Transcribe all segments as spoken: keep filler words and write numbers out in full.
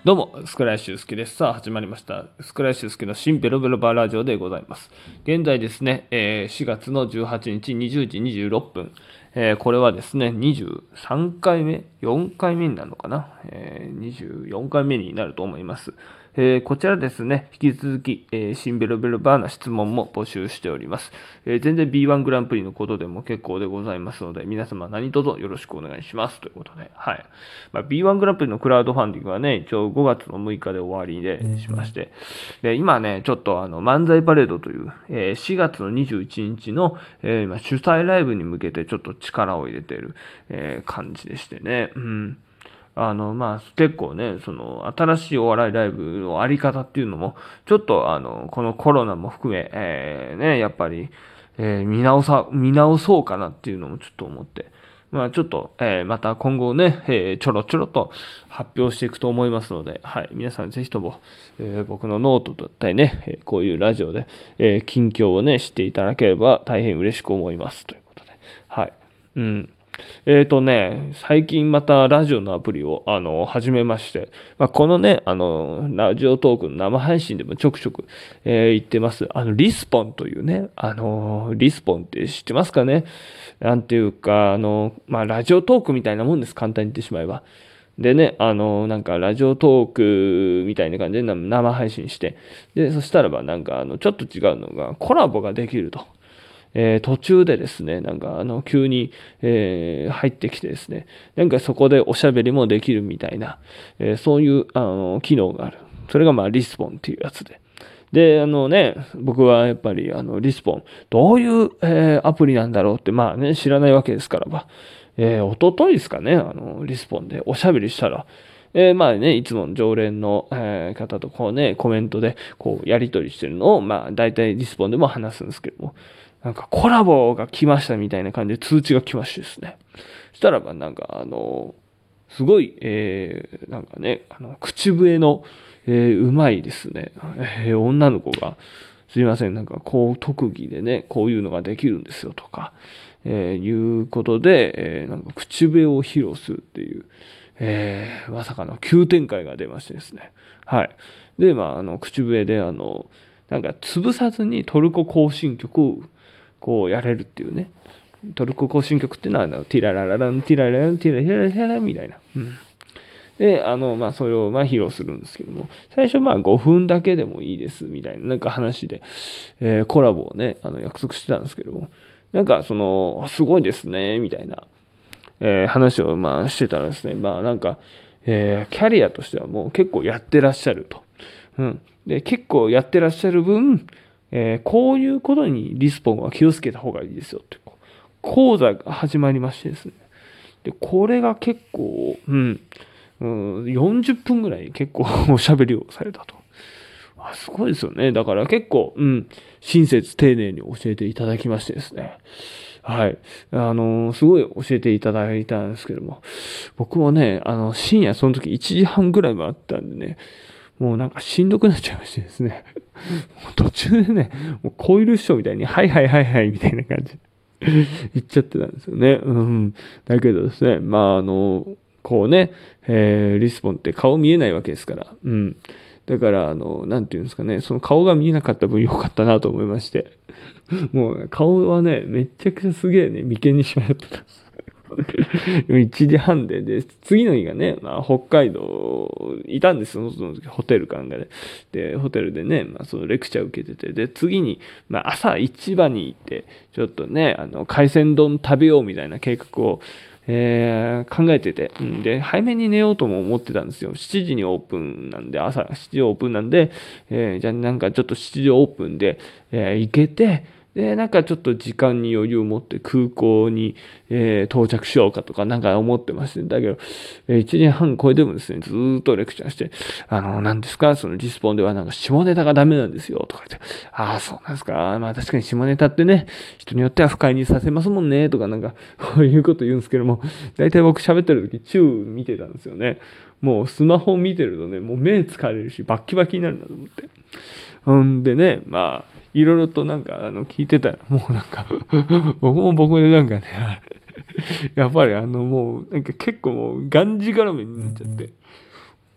どうも、スクライシュウスケです。さあ、始まりました。スクライシュウスケの新ベロベロバーラジオでございます。現在ですね、えーしがつのじゅうはちにちにじゅうじにじゅうろっぷん、えーこれはですね、にじゅうさんかいめ、よんかいめになるのかな、えーにじゅうよんかいめになると思います。えーこちらですね、引き続き、えー新ベロベロバーな質問も募集しております。えー全然 ビーワン グランプリのことでも結構でございますので、皆様何卒よろしくお願いします。ということで、はい。まあ、ビーワン グランプリのクラウドファンディングはね、一応ごがつのむいかで終わりでしまして、で今ね、ちょっとあの漫才パレードという、えーしがつのにじゅういちにちの、えー今主催ライブに向けてちょっと力を入れている、えー感じでしてね。うん。あの、まあ、結構ね、その、新しいお笑いライブのあり方っていうのも、ちょっと、あの、このコロナも含め、えー、ね、やっぱり、えー見直さ、見直そうかなっていうのもちょっと思って、まあ、ちょっと、えーまた今後ね、えーちょろちょろと発表していくと思いますので、はい、皆さんぜひとも、えー僕のノートだったりね、えーこういうラジオで、えー近況をね、知っていただければ大変嬉しく思います。ということで、はい。うん。えーとね、最近またラジオのアプリを、あの、始めまして、まあ、このね、あの、ラジオトークの生配信でもちょくちょく、えー言ってます。あの、リスポンというね、あの、リスポンって知ってますかね。なんていうか、あの、まあ、ラジオトークみたいなもんです。簡単に言ってしまえば。でね、あの、なんかラジオトークみたいな感じで生配信して、で、そしたらばなんかあの、ちょっと違うのがコラボができると。えー途中でですね、なんかあの、急に、えー入ってきてですね、なんかそこでおしゃべりもできるみたいな、えーそういう、あの、機能がある。それがまあ、リスポンっていうやつで。で、あのね、僕はやっぱり、あの、リスポン、どういう、えーアプリなんだろうって、まあね、知らないわけですからば、えー、一昨日ですかね、あの、リスポンでおしゃべりしたら、えーまあね、いつもの常連の、えー方とこうね、コメントでこうやり取りしてるのを、まあ大体リスポンでも話すんですけども、なんかコラボが来ましたみたいな感じで通知が来ましてですね。そしたらばなんかあの、すごい、えー、なんかね、あの、口笛の、えー、うまいですね、えー女の子が、すいません、なんかこう特技でね、こういうのができるんですよとか、えーいうことで、えーなんか口笛を披露するっていう、えーまさかの急展開が出ましてですね。はい。で、まあ、あの、口笛で、あの、なんか潰さずにトルコ行進曲をこうやれるっていうね。トルコ行進曲っていうのは、あのティララララン、ティラララン、ティララララランみたいな。うん。で、あの、まあ、それを、まあ、披露するんですけども、最初、まあ、ごふんだけでもいいです、みたいな、なんか話で、えーコラボをね、あの、約束してたんですけども、なんか、その、すごいですね、みたいな、えー話を、まあ、してたらですね、まあ、なんか、えーキャリアとしてはもう結構やってらっしゃると。うん。で、結構やってらっしゃる分、えーこういうことにリスポンは気をつけた方がいいですよって、講座が始まりましてですね。で、これが結構、うん、うん、よんじゅっぷんぐらい結構おしゃべりをされたと。あ、すごいですよね。だから結構、うん、親切丁寧に教えていただきましてですね。はい。あのすごい教えていただいたんですけども、僕もね、あの、深夜その時いちじはんぐらいもあったんでね、もうなんかしんどくなっちゃいましてですね。もう途中でね、もうコイル師匠みたいに、はいはいはいはいみたいな感じで言っちゃってたんですよね。うん。だけどですね、まああの、こうね、えーリスポンって顔見えないわけですから、うん。だから、あの、なんていうんですかね、その顔が見えなかった分良かったなと思いまして。もう顔はね、めちゃくちゃすげえね、眉間にしまってた。いちじはんで、で、次の日がね、まあ、北海道、いたんですよ、その時、ホテルかなんかで。で、ホテルでね、まあ、そのレクチャー受けてて、で、次に、まあ、朝市場に行って、ちょっとね、あの、海鮮丼食べようみたいな計画を、えー考えてて、うん、で、早めに寝ようとも思ってたんですよ。しちじにオープンなんで、朝しちじオープンなんで、えーじゃあなんかちょっとしちじオープンで、えー行けて、で、なんかちょっと時間に余裕を持って空港に、えー到着しようかとかなんか思ってまして、だけど、えーいちじはん超えてもですね、ずーっとレクチャーして、あの、何ですか、そのリスポンではなんか下ネタがダメなんですよ、とか言って、ああ、そうなんですか。まあ確かに下ネタってね、人によっては不快にさせますもんね、とかなんか、こういうこと言うんですけども、大体僕喋ってる時、チュー見てたんですよね。もうスマホ見てるとね、もう目疲れるし、バッキバキになるなと思って。ほんでね、まあ、いろいろとなんか、あの、聞いてたら、もうなんか僕も僕でなんかね、やっぱりあの、もう、なんか結構もう、がんじがらめになっちゃって、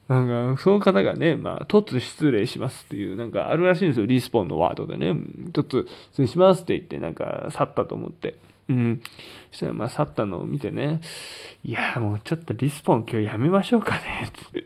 なんか、その方がね、まあ、突失礼しますっていう、なんかあるらしいんですよ、リスポンのワードでね。突失礼しますって言って、なんか、去ったと思って。うん。そしたら、まあ、去ったのを見てね、いや、もうちょっとリスポン今日やめましょうかね、って言って、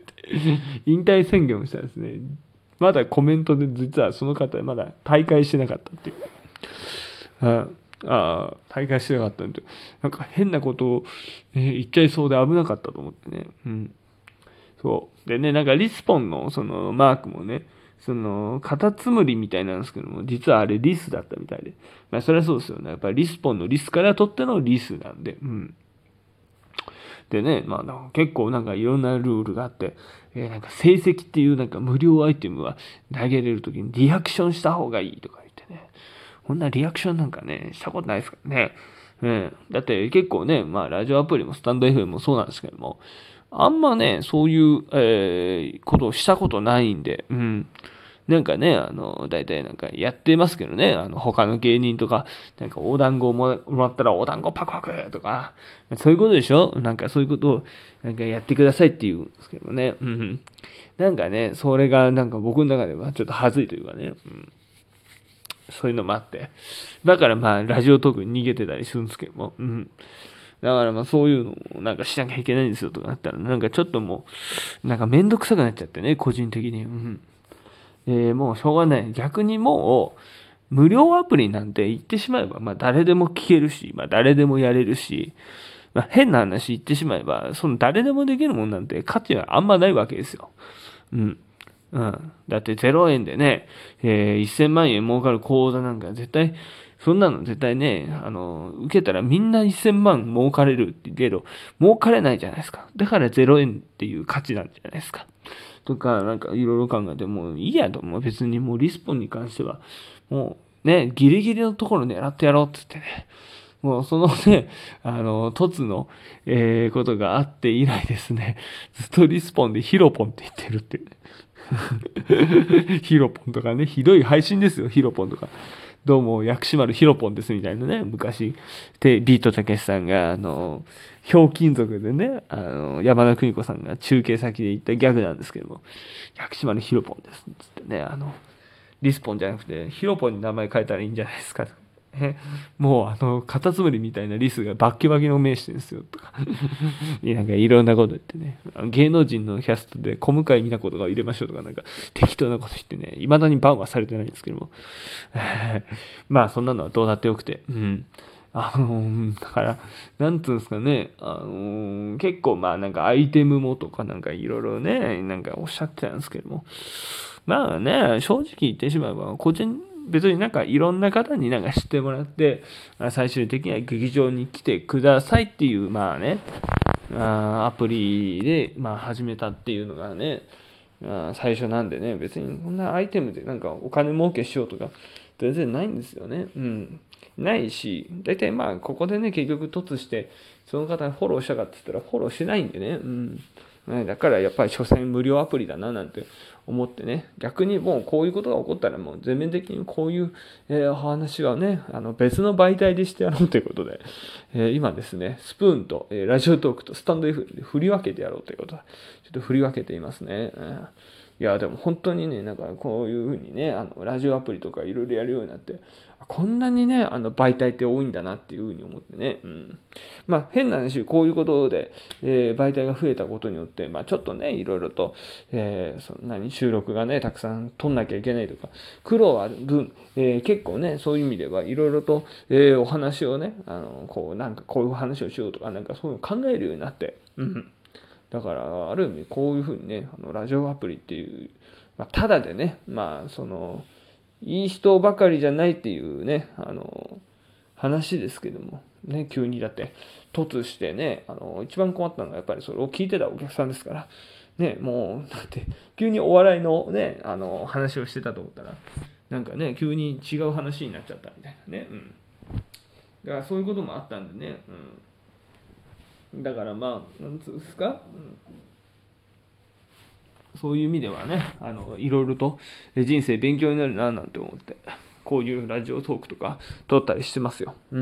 引退宣言をしたらですね、まだコメントで実はその方まだ大会してなかったっていう。ああ、大会してなかったんで、なんか変なことを、えー言っちゃいそうで危なかったと思ってね。うん。そう。でね、なんかリスポンのそのマークもね、そのカタツムリみたいなんですけども、実はあれリスだったみたいで。まあそれはそうですよね。やっぱりリスポンのリスから取ってのリスなんで。うん。でね、まあ結構なんかいろんなルールがあって、えーなんか成績っていうなんか無料アイテムは投げれるときにリアクションした方がいいとか言ってね。こんなリアクションなんかね、したことないですからね。うん。だって結構ね、まあラジオアプリもスタンド エフエム もそうなんですけども、あんまね、そういう、えーことをしたことないんで、うん。なんかね、あの、大体なんかやってますけどね、あの、他の芸人とか、なんかお団子をもらったらお団子パクパクとか、そういうことでしょ。なんかそういうことを、なんかやってくださいって言うんですけどね。うん。なんかね、それがなんか僕の中ではちょっと恥ずいというかね、うん。そういうのもあって。だからまあ、ラジオトークに逃げてたりするんですけども、うん。だからまあそういうのをなんかしなきゃいけないんですよとかなったら、なんかちょっともう、なんかめんどくさくなっちゃってね、個人的に。うん。えー、もうしょうがない。逆にもう、無料アプリなんて言ってしまえば、まあ誰でも聞けるし、まあ誰でもやれるし、まあ変な話言ってしまえば、その誰でもできるもんなんて価値はあんまないわけですよ。うん。うん。だってゼロえんでね、えー、せんまん円儲かる口座なんか絶対、そんなの絶対ね、あの、受けたらみんなせんまん儲かれるって言うけど、儲かれないじゃないですか。だからゼロえんっていう価値なんじゃないですか。とか、なんかいろいろ考えて、もういいやと思う。別にもうリスポンに関しては、もうね、ギリギリのところ狙ってやろうって言ってね。もうそのね、あの、凸の、えー、ことがあって以来ですね、ずっとリスポンでヒロポンって言ってるっていうね。ヒロポンとかね、ひどい配信ですよ、ヒロポンとか。どうも、薬師丸ヒロポンですみたいなね、昔、で、ビートたけしさんが、あの、ひょうきん族でね、あの、山田邦子さんが中継先で言ったギャグなんですけども、薬師丸ヒロポンです。つってね、あの、リスポンじゃなくて、ヒロポンに名前変えたらいいんじゃないですか。えもうあの、カタツムリみたいなリスがバッキバキの名してるんですよ、とか。なんかいろんなこと言ってね。芸能人のキャストで小向井美奈子とか入れましょうとか、なんか適当なこと言ってね、未だにバンはされてないんですけども。まあそんなのはどうなってよくて。うん。あのだから、なんつうんですかね、あのー結構まあなんかアイテムもとかなんかいろいろね、なんかおっしゃってたんですけども、まあね、正直言ってしまえば、個人、別になんかいろんな方になんか知ってもらって、最終的には劇場に来てくださいっていう、まあね、あアプリで、まあ始めたっていうのがね、あ最初なんでね、別にこんなアイテムでなんかお金儲けしようとか、全然ないんですよね。うん。ないし、大体まあ、ここでね、結局突して、その方にフォローしたかって言ったらフォローしないんでね。うん。だからやっぱり所詮無料アプリだななんて思ってね、逆にもうこういうことが起こったらもう全面的にこういう、えーお話はね、あの別の媒体でしてやろうということで、えー今ですね、スプーンと、えーラジオトークとスタンド F で振り分けてやろうということで、ちょっと振り分けていますね。うんいや、でも本当にね、なんかこういうふうにね、あの、ラジオアプリとかいろいろやるようになって、こんなにね、あの、媒体って多いんだなっていうふうに思ってね。うん。まあ、変な話、こういうことで、えー媒体が増えたことによって、まあ、ちょっとね、いろいろと、えーそんなに収録がね、たくさん取んなきゃいけないとか、苦労ある分、えー結構ね、そういう意味ではいろいろと、えーお話をね、あの、こう、なんかこういう話をしようとか、なんかそういうの考えるようになって、うん。だから、ある意味、こういうふうにね、あのラジオアプリっていう、まあ、ただでね、まあ、その、いい人ばかりじゃないっていうね、あの、話ですけども、ね、急にだって、突してね、あの、一番困ったのはやっぱりそれを聞いてたお客さんですから、ね、もう、だって、急にお笑いのね、あの、話をしてたと思ったら、なんかね、急に違う話になっちゃったみたいなね、うん。だからそういうこともあったんでね、うん。だからまあ、なんつうんですか、うんそういう意味ではね、あの、いろいろと人生勉強になるななんて思って、こういうラジオトークとか撮ったりしてますよ。うん。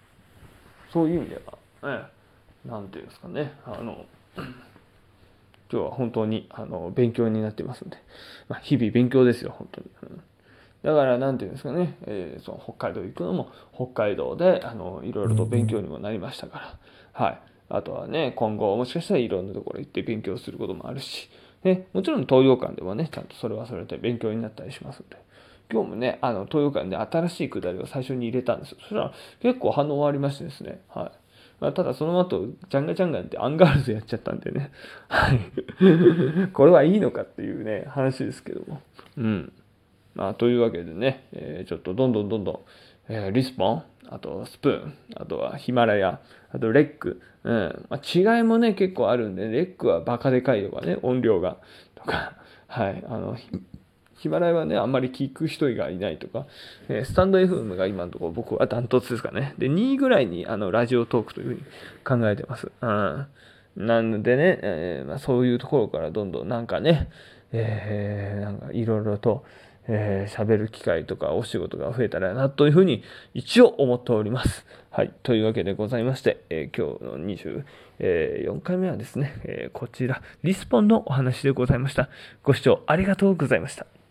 そういう意味では、ええ、なんていうんですかね、あの、 今日は本当にあの勉強になってますので、まあ、日々勉強ですよ、本当に。うん、だから、なんていうんですかね、えー、その北海道行くのも、北海道であのいろいろと勉強にもなりましたから、はい。あとはね、今後、もしかしたらいろんなところ行って勉強することもあるし、ね、もちろん東洋館でもね、ちゃんとそれはそれで勉強になったりしますので、今日もね、あの東洋館で新しいくだりを最初に入れたんですよ。そしたら結構反応ありましてですね、はい。まあ、ただその後、ジャンガジャンガンってアンガールズやっちゃったんでね、はい。これはいいのかっていうね、話ですけども。うん。まあ、というわけでね、えーちょっとどんどんどんどん、えーリスポン、あとスプーン、あとはヒマラヤ、あとレック、うんまあ、違いもね、結構あるんで、レックはバカでかいとかね、音量が、とか、はい、あの、ヒヒマラヤはね、あんまり聞く人がいないとか、えースタンド エフエム が今のところ僕はダントツですかね。で、にいぐらいにあのラジオトークというふうに考えてます。うん、なのでね、えーまあ、そういうところからどんどんなんかね、えーなんかいろいろと、えー喋る機会とかお仕事が増えたらなというふうに一応思っております。はい。というわけでございまして、えー今日のにじゅうよんかいめはですね、えーこちら、リスポンのお話でございました。ご視聴ありがとうございました。